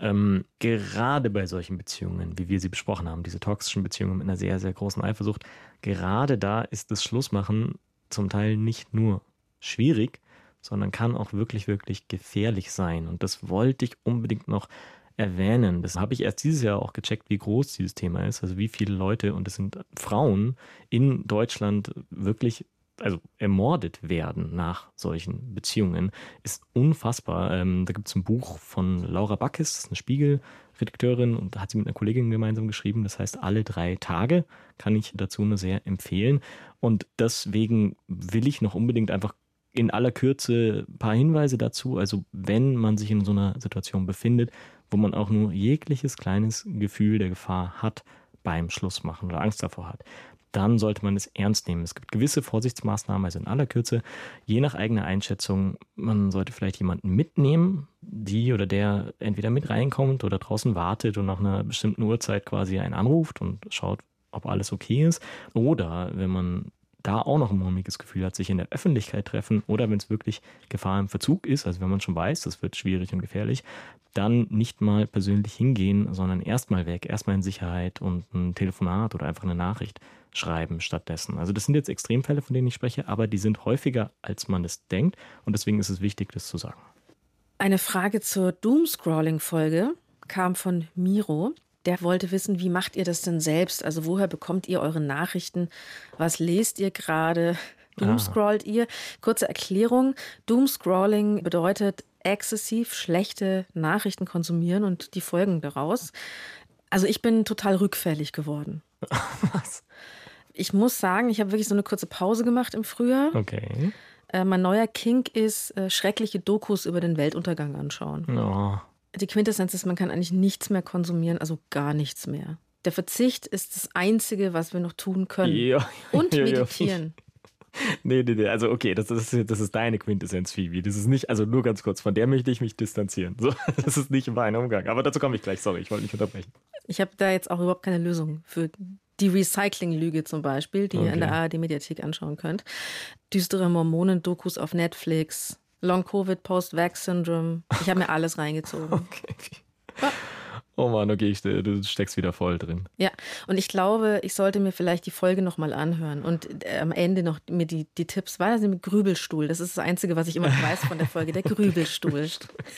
Gerade bei solchen Beziehungen, wie wir sie besprochen haben, diese toxischen Beziehungen mit einer sehr, sehr großen Eifersucht, gerade da ist das Schlussmachen zum Teil nicht nur schwierig, sondern kann auch wirklich, wirklich gefährlich sein. Und das wollte ich unbedingt noch erwähnen. Das habe ich erst dieses Jahr auch gecheckt, wie groß dieses Thema ist. Also wie viele Leute, und es sind Frauen, in Deutschland wirklich ermordet werden nach solchen Beziehungen, ist unfassbar. Da gibt es ein Buch von Laura Backes, das ist eine Spiegel-Redakteurin, und da hat sie mit einer Kollegin gemeinsam geschrieben, das heißt Alle 3 Tage, kann ich dazu nur sehr empfehlen. Und deswegen will ich noch unbedingt einfach in aller Kürze ein paar Hinweise dazu. Also wenn man sich in so einer Situation befindet, wo man auch nur jegliches kleines Gefühl der Gefahr hat beim Schlussmachen oder Angst davor hat, dann sollte man es ernst nehmen. Es gibt gewisse Vorsichtsmaßnahmen, also in aller Kürze, je nach eigener Einschätzung, man sollte vielleicht jemanden mitnehmen, die oder der entweder mit reinkommt oder draußen wartet und nach einer bestimmten Uhrzeit quasi einen anruft und schaut, ob alles okay ist. Oder wenn man da auch noch ein mulmiges Gefühl hat, sich in der Öffentlichkeit treffen oder wenn es wirklich Gefahr im Verzug ist, also wenn man schon weiß, das wird schwierig und gefährlich, dann nicht mal persönlich hingehen, sondern erstmal weg, erstmal in Sicherheit und ein Telefonat oder einfach eine Nachricht schreiben stattdessen. Also das sind jetzt Extremfälle, von denen ich spreche, aber die sind häufiger, als man es denkt und deswegen ist es wichtig, das zu sagen. Eine Frage zur Doomscrolling-Folge kam von Miro. Der wollte wissen, wie macht ihr das denn selbst? Also woher bekommt ihr eure Nachrichten? Was lest ihr gerade? Doomscrollt ihr? Kurze Erklärung. Doomscrolling bedeutet exzessiv schlechte Nachrichten konsumieren und die Folgen daraus. Also ich bin total rückfällig geworden. Was? Ich muss sagen, ich habe wirklich so eine kurze Pause gemacht im Frühjahr. Okay. Mein neuer Kink ist, schreckliche Dokus über den Weltuntergang anschauen. Oh. Die Quintessenz ist, man kann eigentlich nichts mehr konsumieren, also gar nichts mehr. Der Verzicht ist das Einzige, was wir noch tun können. Ja. Und meditieren. Nee. Also okay, das ist deine Quintessenz, Phoebe. Das ist nicht, also nur ganz kurz, von der möchte ich mich distanzieren. So, das ist nicht mein Umgang. Aber dazu komme ich gleich, sorry, ich wollte nicht unterbrechen. Ich habe da jetzt auch überhaupt keine Lösung für die Recycling-Lüge zum Beispiel, die ihr in der ARD-Mediathek anschauen könnt. Düstere Mormonen-Dokus auf Netflix, Long-Covid, Post-Vax-Syndrome. Ich habe mir alles reingezogen. Okay. Oh Mann, okay, du steckst wieder voll drin. Ja, und ich glaube, ich sollte mir vielleicht die Folge nochmal anhören und am Ende noch mir die Tipps, war das mit Grübelstuhl? Das ist das Einzige, was ich immer weiß von der Folge, der Grübelstuhl.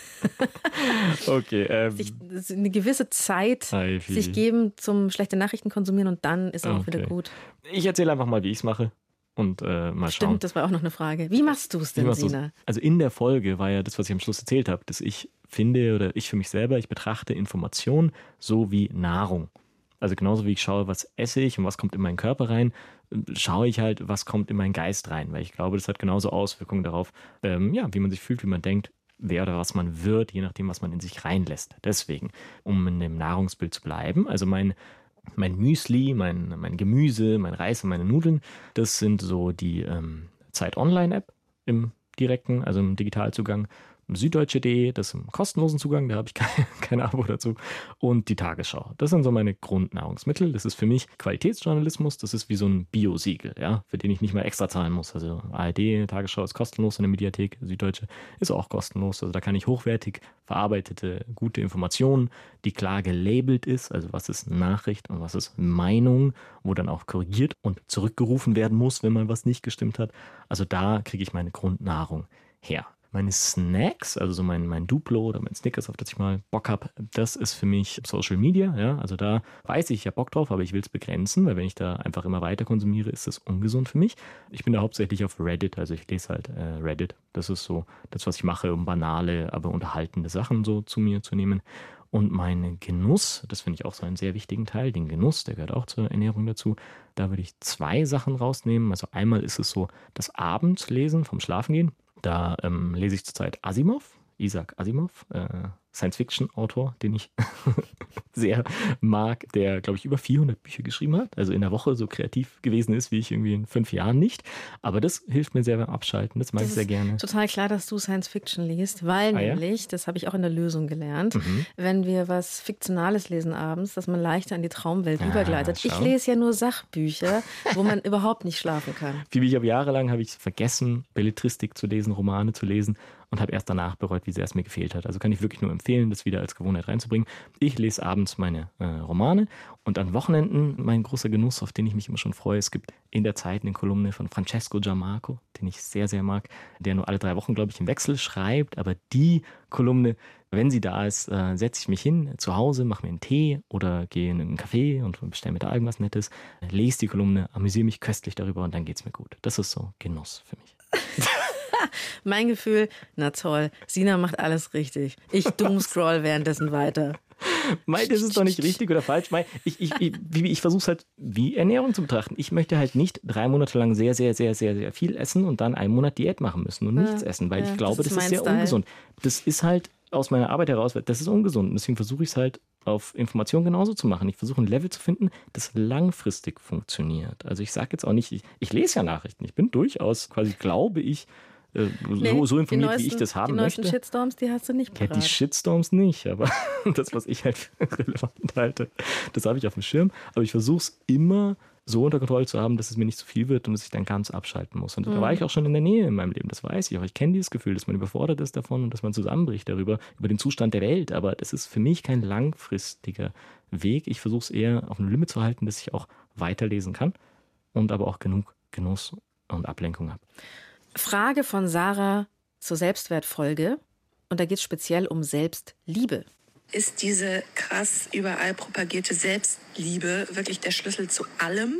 Okay. Eine gewisse Zeit sich geben zum schlechte Nachrichten konsumieren und dann ist auch wieder gut. Ich erzähle einfach mal, wie ich es mache. Und mal schauen. Stimmt, das war auch noch eine Frage. Wie machst du es denn, Sina? Also in der Folge war ja das, was ich am Schluss erzählt habe, dass ich finde oder ich für mich selber, ich betrachte Information so wie Nahrung. Also genauso wie ich schaue, was esse ich und was kommt in meinen Körper rein, schaue ich halt, was kommt in meinen Geist rein. Weil ich glaube, das hat genauso Auswirkungen darauf, wie man sich fühlt, wie man denkt, wer oder was man wird, je nachdem, was man in sich reinlässt. Deswegen, um in dem Nahrungsbild zu bleiben, also mein Müsli, mein Gemüse, mein Reis und meine Nudeln, das sind so die Zeit Online-App im direkten, also im Digitalzugang. Süddeutsche.de, das ist im kostenlosen Zugang, da habe ich kein Abo dazu. Und die Tagesschau. Das sind so meine Grundnahrungsmittel. Das ist für mich Qualitätsjournalismus, das ist wie so ein Biosiegel, ja, für den ich nicht mal extra zahlen muss. Also ARD, Tagesschau ist kostenlos in der Mediathek, Süddeutsche ist auch kostenlos. Also da kann ich hochwertig verarbeitete, gute Informationen, die klar gelabelt ist, also was ist Nachricht und was ist Meinung, wo dann auch korrigiert und zurückgerufen werden muss, wenn mal was nicht gestimmt hat. Also da kriege ich meine Grundnahrung her. Meine Snacks, also so mein Duplo oder mein Snickers, auf das ich mal Bock habe, das ist für mich Social Media. Ja? Also da weiß ich habe Bock drauf, aber ich will es begrenzen, weil wenn ich da einfach immer weiter konsumiere, ist das ungesund für mich. Ich bin da hauptsächlich auf Reddit, also ich lese halt Reddit. Das ist so das, was ich mache, um banale, aber unterhaltende Sachen so zu mir zu nehmen. Und mein Genuss, das finde ich auch so einen sehr wichtigen Teil, den Genuss, der gehört auch zur Ernährung dazu. Da würde ich 2 Sachen rausnehmen. Also einmal ist es so das Abendlesen vom Schlafengehen. Da lese ich zurzeit Isaac Asimov, Science-Fiction-Autor, den ich sehr mag, der, glaube ich, über 400 Bücher geschrieben hat. Also in der Woche so kreativ gewesen ist, wie ich irgendwie in 5 Jahren nicht. Aber das hilft mir sehr beim Abschalten. Das mag ich sehr gerne. Total klar, dass du Science-Fiction liest, weil nämlich, das habe ich auch in der Lösung gelernt, wenn wir was Fiktionales lesen abends, dass man leichter in die Traumwelt übergleitet. Ich lese ja nur Sachbücher, wo man überhaupt nicht schlafen kann. Jahrelang habe ich vergessen, Belletristik zu lesen, Romane zu lesen und habe erst danach bereut, wie sehr es mir gefehlt hat. Also kann ich wirklich nur empfehlen, das wieder als Gewohnheit reinzubringen. Ich lese abends meine Romane und an Wochenenden mein großer Genuss, auf den ich mich immer schon freue. Es gibt in der Zeit eine Kolumne von Francesco Giammarco, den ich sehr, sehr mag, der nur alle 3 Wochen, glaube ich, im Wechsel schreibt. Aber die Kolumne, wenn sie da ist, setze ich mich hin zu Hause, mache mir einen Tee oder gehe in einen Café und bestelle mir da irgendwas Nettes, lese die Kolumne, amüsiere mich köstlich darüber und dann geht es mir gut. Das ist so Genuss für mich. Mein Gefühl, na toll, Sina macht alles richtig. Ich doomscroll währenddessen weiter. Das ist doch nicht richtig oder falsch. Ich versuche es halt wie Ernährung zu betrachten. Ich möchte halt nicht 3 Monate lang sehr, sehr, sehr, sehr, sehr viel essen und dann 1 Monat Diät machen müssen und nichts essen, weil ich glaube, das ist sehr ungesund. Das ist halt aus meiner Arbeit heraus, das ist ungesund. Und deswegen versuche ich es halt auf Information genauso zu machen. Ich versuche ein Level zu finden, das langfristig funktioniert. Also ich sage jetzt auch nicht, ich lese ja Nachrichten. Ich bin durchaus quasi, glaube ich, so informiert, wie ich das haben möchte. Die neuesten Shitstorms, die hast du nicht parat. Ja, die Shitstorms nicht, aber das, was ich halt für relevant halte, das habe ich auf dem Schirm. Aber ich versuche es immer so unter Kontrolle zu haben, dass es mir nicht zu viel wird und dass ich dann ganz abschalten muss. Und da war ich auch schon in der Nähe in meinem Leben, das weiß ich auch. Ich kenne dieses Gefühl, dass man überfordert ist davon und dass man zusammenbricht über den Zustand der Welt. Aber das ist für mich kein langfristiger Weg. Ich versuche es eher auf einem Limit zu halten, dass ich auch weiterlesen kann und aber auch genug Genuss und Ablenkung habe. Frage von Sarah zur Selbstwertfolge. Und da geht es speziell um Selbstliebe. Ist diese krass überall propagierte Selbstliebe wirklich der Schlüssel zu allem?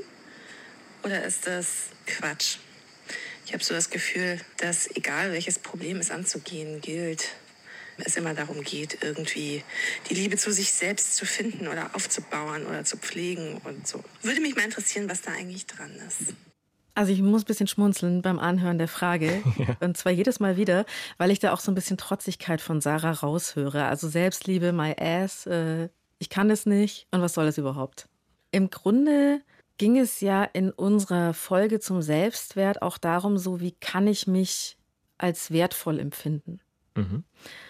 Oder ist das Quatsch? Ich habe so das Gefühl, dass egal welches Problem es anzugehen gilt, es immer darum geht, irgendwie die Liebe zu sich selbst zu finden oder aufzubauen oder zu pflegen und so. Würde mich mal interessieren, was da eigentlich dran ist. Also ich muss ein bisschen schmunzeln beim Anhören der Frage. Ja. Und zwar jedes Mal wieder, weil ich da auch so ein bisschen Trotzigkeit von Sarah raushöre. Also Selbstliebe, my ass, ich kann das nicht und was soll das überhaupt? Im Grunde ging es ja in unserer Folge zum Selbstwert auch darum, so wie kann ich mich als wertvoll empfinden? Mhm.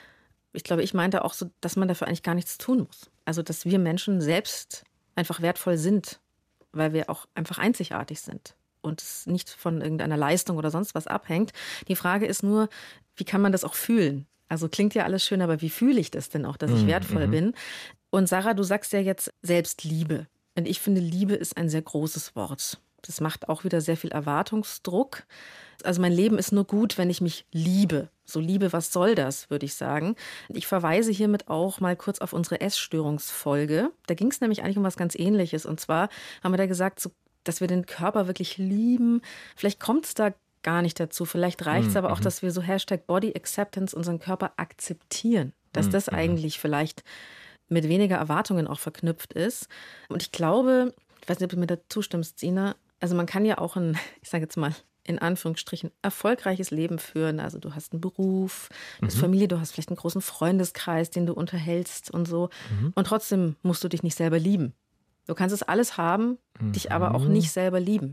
Ich glaube, ich meinte auch so, dass man dafür eigentlich gar nichts tun muss. Also dass wir Menschen selbst einfach wertvoll sind, weil wir auch einfach einzigartig sind. Und es nicht von irgendeiner Leistung oder sonst was abhängt. Die Frage ist nur, wie kann man das auch fühlen? Also klingt ja alles schön, aber wie fühle ich das denn auch, dass ich wertvoll bin? Und Sarah, du sagst ja jetzt Selbstliebe. Und ich finde, Liebe ist ein sehr großes Wort. Das macht auch wieder sehr viel Erwartungsdruck. Also mein Leben ist nur gut, wenn ich mich liebe. So Liebe, was soll das, würde ich sagen. Ich verweise hiermit auch mal kurz auf unsere Essstörungsfolge. Da ging es nämlich eigentlich um was ganz Ähnliches. Und zwar haben wir da gesagt, so, dass wir den Körper wirklich lieben. Vielleicht kommt es da gar nicht dazu. Vielleicht reicht es aber auch, dass wir so #Body Acceptance unseren Körper akzeptieren. Dass das eigentlich vielleicht mit weniger Erwartungen auch verknüpft ist. Und ich glaube, ich weiß nicht, ob du mir da zustimmst, Sina, also man kann ja auch ich sage jetzt mal, in Anführungsstrichen, erfolgreiches Leben führen. Also du hast einen Beruf, du hast Familie, du hast vielleicht einen großen Freundeskreis, den du unterhältst und so. Und trotzdem musst du dich nicht selber lieben. Du kannst es alles haben, dich aber auch nicht selber lieben.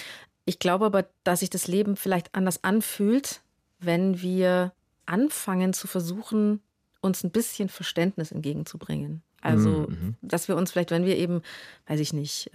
Ich glaube aber, dass sich das Leben vielleicht anders anfühlt, wenn wir anfangen zu versuchen, uns ein bisschen Verständnis entgegenzubringen. Also, dass wir uns vielleicht, wenn wir eben, weiß ich nicht,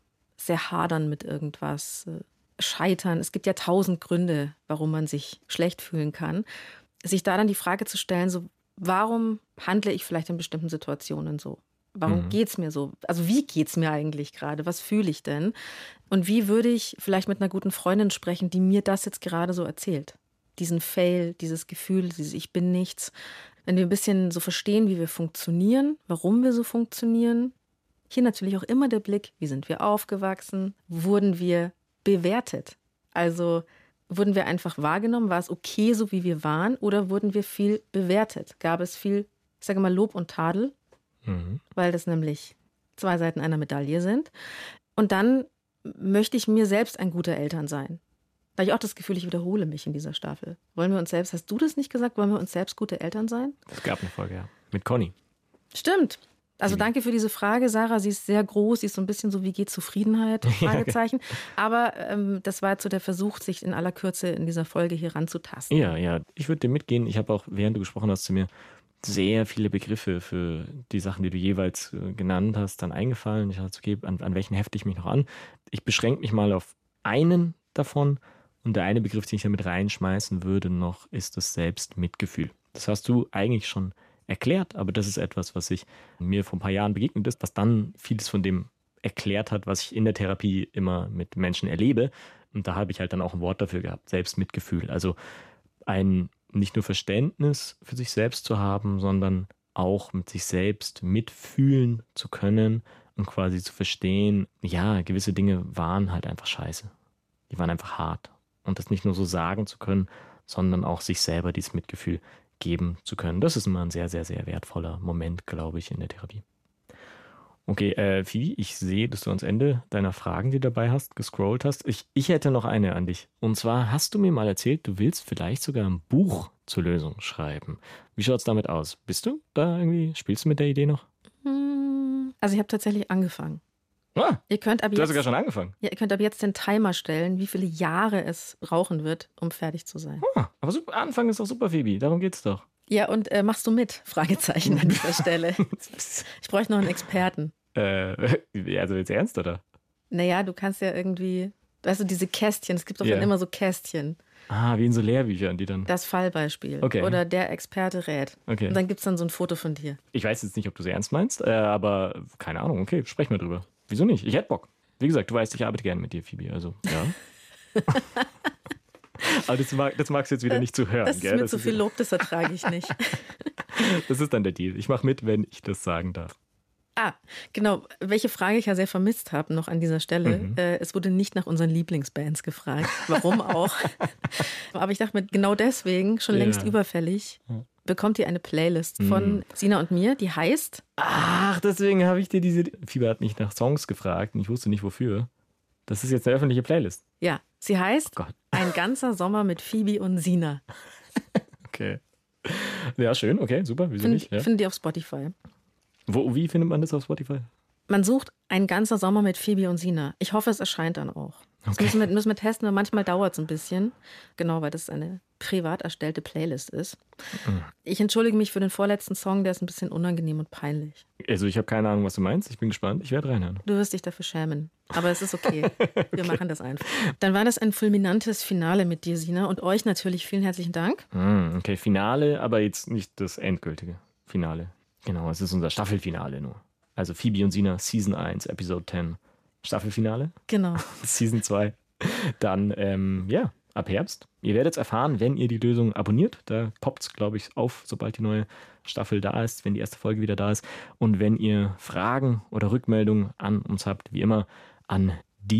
sehr hadern mit irgendwas, scheitern. Es gibt ja 1000 Gründe, warum man sich schlecht fühlen kann. Sich da dann die Frage zu stellen, so, warum handle ich vielleicht in bestimmten Situationen so? Warum geht's mir so? Also wie geht's mir eigentlich gerade? Was fühle ich denn? Und wie würde ich vielleicht mit einer guten Freundin sprechen, die mir das jetzt gerade so erzählt? Diesen Fail, dieses Gefühl, dieses Ich bin nichts. Wenn wir ein bisschen so verstehen, wie wir funktionieren, warum wir so funktionieren. Hier natürlich auch immer der Blick, wie sind wir aufgewachsen? Wurden wir bewertet? Also wurden wir einfach wahrgenommen? War es okay, so wie wir waren? Oder wurden wir viel bewertet? Gab es viel, ich sage mal, Lob und Tadel? weil das nämlich 2 Seiten einer Medaille sind. Und dann möchte ich mir selbst ein guter Eltern sein. Da habe ich auch das Gefühl, ich wiederhole mich in dieser Staffel. Wollen wir uns selbst, hast du das nicht gesagt, wollen wir uns selbst gute Eltern sein? Es gab eine Folge, ja. Mit Conny. Stimmt. Also danke für diese Frage, Sarah. Sie ist sehr groß, sie ist so ein bisschen so, wie geht Zufriedenheit? Fragezeichen. Aber das war jetzt so der Versuch, sich in aller Kürze in dieser Folge hier ranzutasten. Ja, ich würde dir mitgehen. Ich habe auch, während du gesprochen hast, zu mir sehr viele Begriffe für die Sachen, die du jeweils genannt hast, dann eingefallen. Ich dachte, okay, an welchen hefte ich mich noch an? Ich beschränke mich mal auf einen davon. Und der eine Begriff, den ich da mit reinschmeißen würde noch, ist das Selbstmitgefühl. Das hast du eigentlich schon erklärt, aber das ist etwas, was ich mir vor ein paar Jahren begegnet ist, was dann vieles von dem erklärt hat, was ich in der Therapie immer mit Menschen erlebe. Und da habe ich halt dann auch ein Wort dafür gehabt, Selbstmitgefühl. Also ein nicht nur Verständnis für sich selbst zu haben, sondern auch mit sich selbst mitfühlen zu können und quasi zu verstehen, ja, gewisse Dinge waren halt einfach scheiße. Die waren einfach hart. Und das nicht nur so sagen zu können, sondern auch sich selber dieses Mitgefühl geben zu können. Das ist immer ein sehr, sehr, sehr wertvoller Moment, glaube ich, in der Therapie. Okay, Phoebe, ich sehe, dass du ans Ende deiner Fragen, die du dabei hast, gescrollt hast. Ich hätte noch eine an dich. Und zwar hast du mir mal erzählt, du willst vielleicht sogar ein Buch zur Lösung schreiben. Wie schaut es damit aus? Bist du da irgendwie, spielst du mit der Idee noch? Also ich habe tatsächlich angefangen. Ah, du hast sogar schon angefangen. Ja, ihr könnt ab jetzt den Timer stellen, wie viele Jahre es brauchen wird, um fertig zu sein. Aber super, Anfang ist doch super, Phoebe. Darum geht's doch. Ja, und machst du mit? Fragezeichen an dieser Stelle. Ich bräuchte noch einen Experten. Also jetzt ernst, oder? Naja, du kannst ja irgendwie, weißt du, diese Kästchen, es gibt doch dann immer so Kästchen. Wie in so Lehrbüchern, die dann... Das Fallbeispiel. Okay. Oder der Experte rät. Okay. Und dann gibt es dann so ein Foto von dir. Ich weiß jetzt nicht, ob du es ernst meinst, aber keine Ahnung. Okay, sprechen wir drüber. Wieso nicht? Ich hätte Bock. Wie gesagt, du weißt, ich arbeite gerne mit dir, Phoebe. Also, ja. Aber das magst du jetzt wieder nicht zu hören. Das ist gell? mir zu viel Lob, das ertrage ich nicht. Das ist dann der Deal. Ich mache mit, wenn ich das sagen darf. Genau. Welche Frage ich ja sehr vermisst habe noch an dieser Stelle. Es wurde nicht nach unseren Lieblingsbands gefragt. Warum auch? Aber ich dachte mir, genau deswegen, schon längst überfällig, bekommt ihr eine Playlist von Sina und mir, die heißt... Ach, deswegen habe ich dir diese... Phoebe hat mich nach Songs gefragt und ich wusste nicht, wofür. Das ist jetzt eine öffentliche Playlist. Ja, sie heißt Ein ganzer Sommer mit Phoebe und Sina. Okay. Ja, schön. Okay, super. Wieso nicht? Ja. Findet ihr auf Spotify. Wie findet man das auf Spotify? Man sucht Ein ganzer Sommer mit Phoebe und Sina. Ich hoffe, es erscheint dann auch. Okay. Das müssen wir testen, weil manchmal dauert es ein bisschen. Genau, weil das eine privat erstellte Playlist ist. Ich entschuldige mich für den vorletzten Song, der ist ein bisschen unangenehm und peinlich. Also ich habe keine Ahnung, was du meinst. Ich bin gespannt. Ich werde reinhören. Du wirst dich dafür schämen. Aber es ist okay. Wir machen das einfach. Dann war das ein fulminantes Finale mit dir, Sina. Und euch natürlich vielen herzlichen Dank. Okay, Finale, aber jetzt nicht das endgültige Finale. Genau, es ist unser Staffelfinale nur. Also Phoebe und Sina, Season 1, Episode 10. Staffelfinale. Genau. Season 2. Dann, ab Herbst. Ihr werdet es erfahren, wenn ihr die Lösung abonniert. Da poppt es, glaube ich, auf, sobald die neue Staffel da ist, wenn die erste Folge wieder da ist. Und wenn ihr Fragen oder Rückmeldungen an uns habt, wie immer, an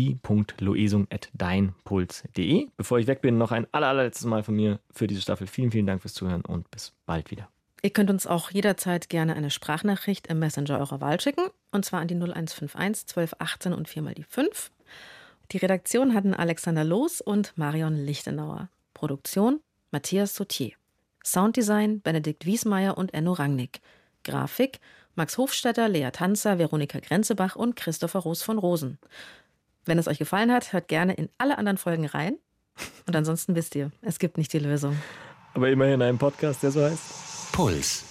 die.loesung@deinpuls.de. Bevor ich weg bin, noch ein allerletztes Mal von mir für diese Staffel. Vielen, vielen Dank fürs Zuhören und bis bald wieder. Ihr könnt uns auch jederzeit gerne eine Sprachnachricht im Messenger eurer Wahl schicken. Und zwar an die 0151 12 18 und 4 mal die 5. Die Redaktion hatten Alexander Loos und Marion Lichtenauer. Produktion Matthias Sautier. Sounddesign Benedikt Wiesmeier und Enno Rangnick. Grafik Max Hofstetter, Lea Tanzer, Veronika Grenzebach und Christopher Roos von Rosen. Wenn es euch gefallen hat, hört gerne in alle anderen Folgen rein. Und ansonsten wisst ihr, es gibt nicht die Lösung. Aber immerhin einen Podcast, der so heißt Puls.